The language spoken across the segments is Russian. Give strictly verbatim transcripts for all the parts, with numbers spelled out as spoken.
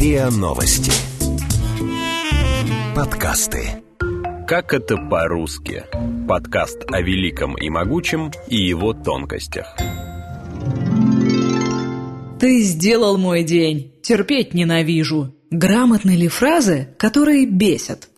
РИА Новости. Подкасты. Как это по-русски? Подкаст о великом и могучем и его тонкостях. Ты сделал мой день. Терпеть ненавижу. Грамотны ли фразы, которые бесят?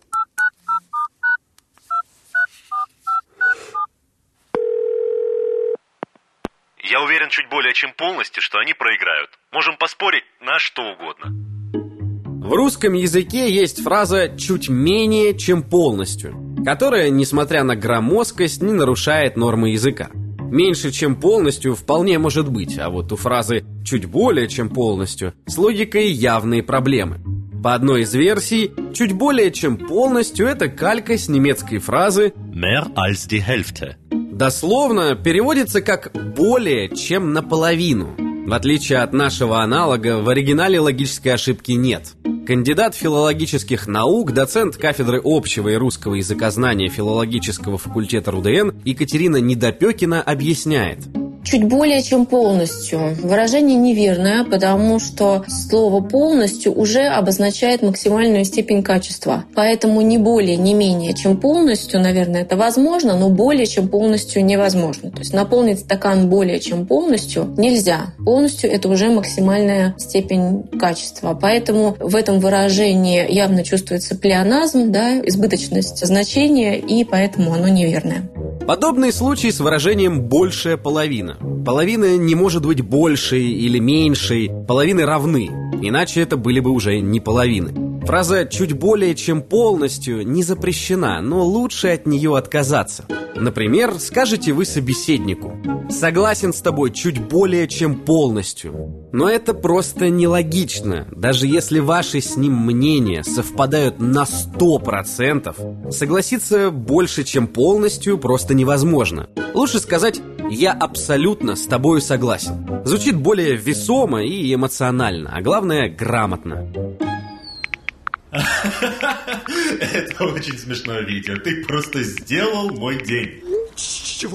Я уверен чуть более чем полностью, что они проиграют. Можем поспорить на что угодно. В русском языке есть фраза «чуть менее, чем полностью», которая, несмотря на громоздкость, не нарушает нормы языка. Меньше, чем полностью, вполне может быть, а вот у фразы «чуть более, чем полностью» с логикой явные проблемы. По одной из версий, «чуть более, чем полностью» — это калька с немецкой фразы Mehr als die Hälfte. Дословно переводится как «более, чем наполовину». В отличие от нашего аналога, в оригинале логической ошибки нет. Кандидат филологических наук, доцент кафедры общего и русского языкознания филологического факультета РУДН Екатерина Недопекина объясняет. Чуть более чем полностью. Выражение неверное, потому что слово «полностью» уже обозначает максимальную степень качества. Поэтому не более, не менее, чем полностью, наверное, это возможно, но более чем полностью невозможно. То есть наполнить стакан более чем полностью нельзя. Полностью это уже максимальная степень качества. Поэтому в этом выражении явно чувствуется плеоназм, да, избыточность значения, и поэтому оно неверное. Подобный случай с выражением «большая половина». Половина не может быть большей или меньшей, половины равны, иначе это были бы уже не половины. Фраза «чуть более чем полностью» не запрещена, но лучше от нее отказаться. Например, скажете вы собеседнику: «Согласен с тобой чуть более чем полностью». Но это просто нелогично. Даже если ваши с ним мнения совпадают на сто процентов, согласиться больше чем полностью просто невозможно. Лучше сказать «я абсолютно с тобою согласен». Звучит более весомо и эмоционально, а главное, грамотно. Это очень смешное видео. Ты просто сделал мой день. Чего?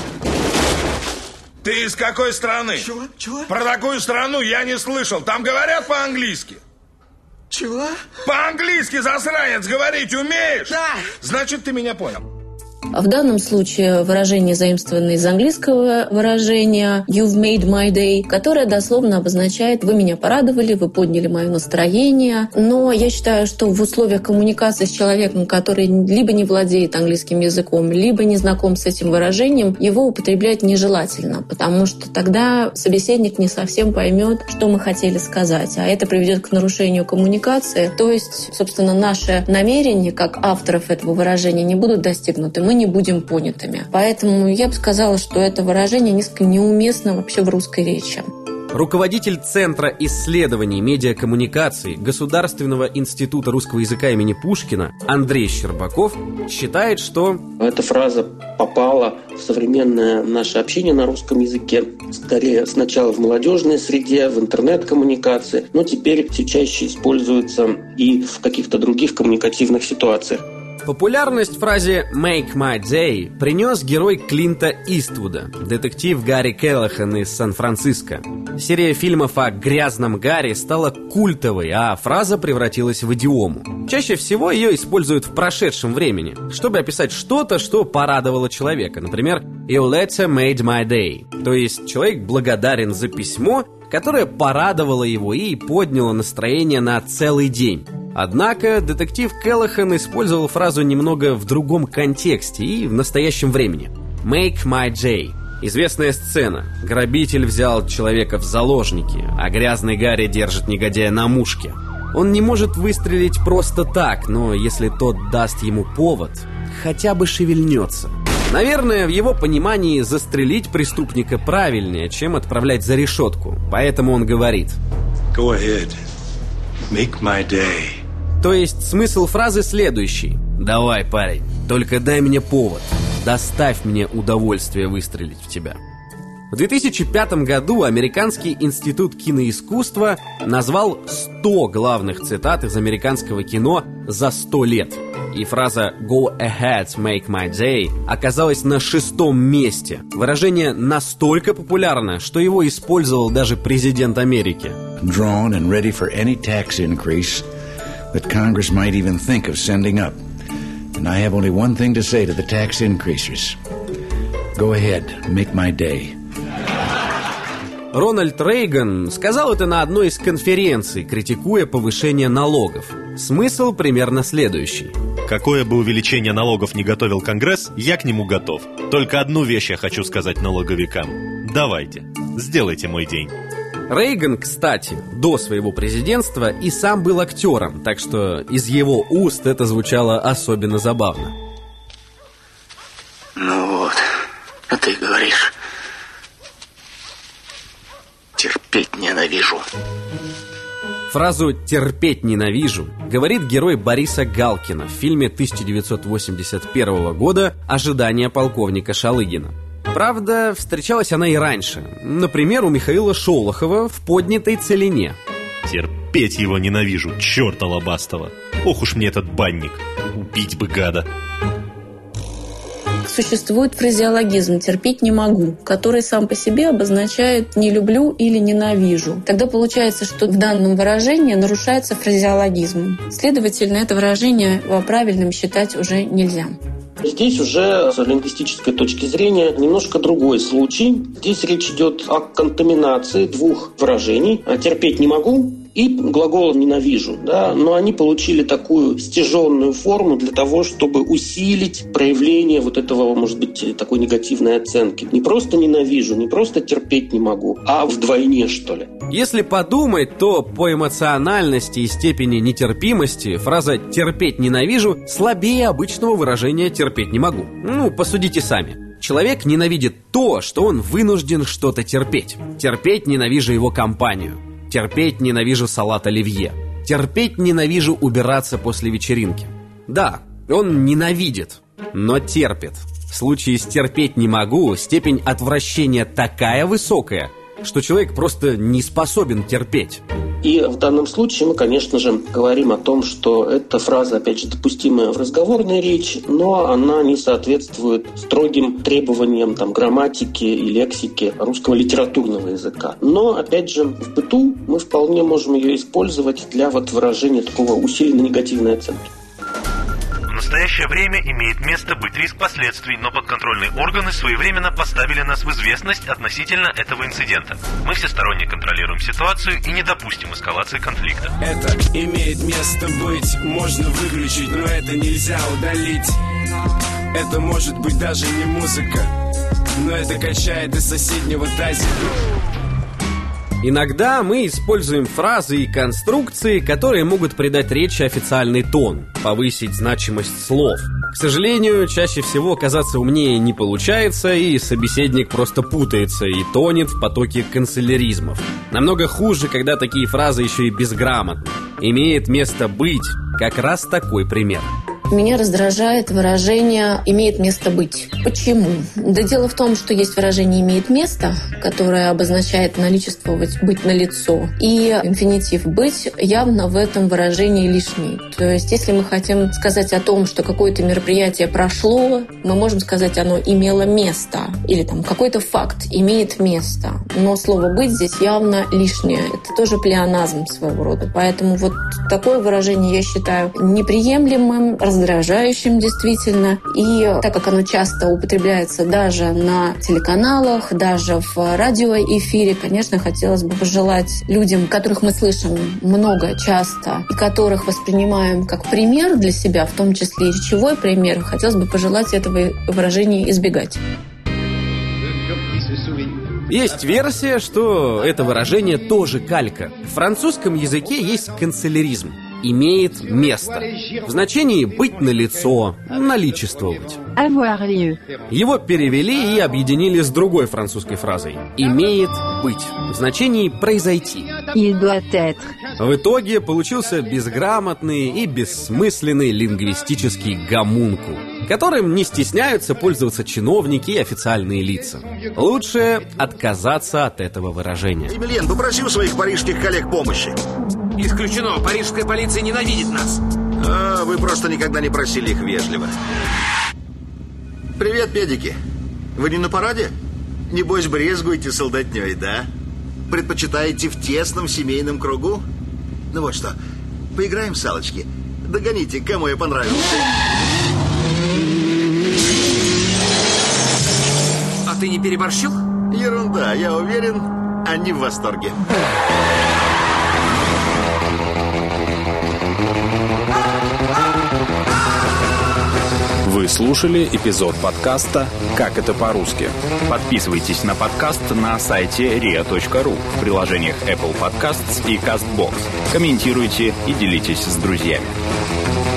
Ты из какой страны? Чего? Чего? Про такую страну я не слышал. Там говорят по-английски. Чего? По-английски, засранец, говорить умеешь? Да. Значит, ты меня понял. В данном случае выражение заимствовано из английского выражения «You've made my day», которое дословно обозначает «вы меня порадовали, вы подняли мое настроение». Но я считаю, что в условиях коммуникации с человеком, который либо не владеет английским языком, либо не знаком с этим выражением, его употреблять нежелательно, потому что тогда собеседник не совсем поймет, что мы хотели сказать, а это приведет к нарушению коммуникации. То есть, собственно, наши намерения, как авторов этого выражения, не будут достигнуты. Мы не будем понятыми. Поэтому я бы сказала, что это выражение несколько неуместно вообще в русской речи. Руководитель Центра исследований медиакоммуникаций Государственного института русского языка имени Пушкина Андрей Щербаков считает, что эта фраза попала в современное наше общение на русском языке, скорее сначала в молодежной среде, в интернет-коммуникации, но теперь все чаще используется и в каких-то других коммуникативных ситуациях. Популярность фразе «make my day» принес герой Клинта Иствуда, детектив Гарри Келлахан из Сан-Франциско. Серия фильмов о грязном Гарри стала культовой, а фраза превратилась в идиому. Чаще всего ее используют в прошедшем времени, чтобы описать что-то, что порадовало человека. Например, «Your letter made my day», то есть человек благодарен за письмо, которое порадовало его и подняло настроение на целый день. Однако детектив Келлахан использовал фразу немного в другом контексте и в настоящем времени. «Make my day». Известная сцена. Грабитель взял человека в заложники, а грязный Гарри держит негодяя на мушке. Он не может выстрелить просто так, но если тот даст ему повод, хотя бы шевельнется. Наверное, в его понимании застрелить преступника правильнее, чем отправлять за решетку. Поэтому он говорит: Go ahead. Make my day. То есть смысл фразы следующий: «Давай, парень, только дай мне повод. Доставь мне удовольствие выстрелить в тебя». В две тысячи пятом году Американский институт киноискусства назвал сто главных цитат из американского кино за сто лет. И фраза «Go ahead, make my day» оказалась на шестом месте. Выражение настолько популярно, что его использовал даже президент Америки. drawn, and ready for any tax increase that Congress might even think of sending up. And I have only one thing to say to the tax increasers. Go ahead, make my day. Рональд Рейган сказал это на одной из конференций, критикуя повышение налогов. Смысл примерно следующий. Какое бы увеличение налогов не готовил Конгресс, я к нему готов. Только одну вещь я хочу сказать налоговикам. Давайте, сделайте мой день. Рейган, кстати, до своего президентства и сам был актером, так что из его уст это звучало особенно забавно. Ну вот, а ты говоришь... терпеть ненавижу. Фразу «терпеть ненавижу» говорит герой Бориса Галкина в фильме тысяча девятьсот восемьдесят первого года «Ожидание полковника Шалыгина». Правда, встречалась она и раньше. Например, у Михаила Шолохова в «Поднятой целине». Терпеть его ненавижу, черта лобастого. Ох уж мне этот банник. Убить бы гада. Существует фразеологизм «терпеть не могу», который сам по себе обозначает «не люблю» или «ненавижу». Тогда получается, что в данном выражении нарушается фразеологизм. Следовательно, это выражение правильным считать уже нельзя. Здесь уже с лингвистической точки зрения немножко другой случай. Здесь речь идет о контаминации двух выражений. «Терпеть не могу» и глагола «ненавижу». Да? Но они получили такую стяженную форму для того, чтобы усилить проявление вот этого, может быть, такой негативной оценки. Не просто «ненавижу», не просто «терпеть не могу», а вдвойне, что ли. Если подумать, то по эмоциональности и степени нетерпимости фраза «терпеть ненавижу» слабее обычного выражения «терпеть не могу». Ну, посудите сами. Человек ненавидит то, что он вынужден что-то терпеть. Терпеть ненавижу его компанию. Терпеть ненавижу салат оливье. Терпеть ненавижу убираться после вечеринки. Да, он ненавидит, но терпит. В случае с терпеть не могу степень отвращения такая высокая, что человек просто не способен терпеть. И в данном случае мы, конечно же, говорим о том, что эта фраза, опять же, допустимая в разговорной речи, но она не соответствует строгим требованиям там, грамматики и лексики русского литературного языка. Но, опять же, в быту мы вполне можем ее использовать для вот выражения такого усиленной негативной оценки. В настоящее время имеет место быть риск последствий, но подконтрольные органы своевременно поставили нас в известность относительно этого инцидента. Мы всесторонне контролируем ситуацию и не допустим эскалации конфликта. Это имеет место быть, можно выключить, но это нельзя удалить. Это может быть даже не музыка, но это качает из соседнего тазика. Иногда мы используем фразы и конструкции, которые могут придать речи официальный тон, повысить значимость слов. К сожалению, чаще всего оказаться умнее не получается, и собеседник просто путается и тонет в потоке канцеляризмов. Намного хуже, когда такие фразы еще и безграмотны. Имеет место быть как раз такой пример. Меня раздражает выражение «имеет место быть». Почему? Да дело в том, что есть выражение «имеет место», которое обозначает наличествовать, быть налицо, и инфинитив «быть» явно в этом выражении лишний. То есть, если мы хотим сказать о том, что какое-то мероприятие прошло, мы можем сказать, оно имело место, или там какой-то факт имеет место. Но слово «быть» здесь явно лишнее. Это тоже плеоназм своего рода. Поэтому вот такое выражение я считаю неприемлемым, раздражающим действительно. И так как оно часто употребляется даже на телеканалах, даже в радиоэфире, конечно, хотелось бы пожелать людям, которых мы слышим много, часто, и которых воспринимаем как пример для себя, в том числе и речевой пример, хотелось бы пожелать этого выражения избегать. Есть версия, что это выражение тоже калька. В французском языке есть канцеляризм. Имеет место. В значении «быть налицо», «наличествовать». Его перевели и объединили с другой французской фразой «имеет быть», в значении «произойти». В итоге получился безграмотный и бессмысленный лингвистический гомункул, которым не стесняются пользоваться чиновники и официальные лица. Лучше отказаться от этого выражения. Емельян, попроси у своих парижских коллег помощи. Исключено. Парижская полиция ненавидит нас. А, вы просто никогда не просили их вежливо. Привет, педики. Вы не на параде? Небось, брезгуете солдатней, да? предпочитаете в тесном семейном кругу? Ну вот что, поиграем в салочки. Догоните, кому я понравился. А ты не переборщил? Ерунда, я уверен, они в восторге. Вы слушали эпизод подкаста «Как это по-русски». Подписывайтесь на подкаст на сайте риа точка ру, в приложениях Apple Podcasts и CastBox. Комментируйте и делитесь с друзьями.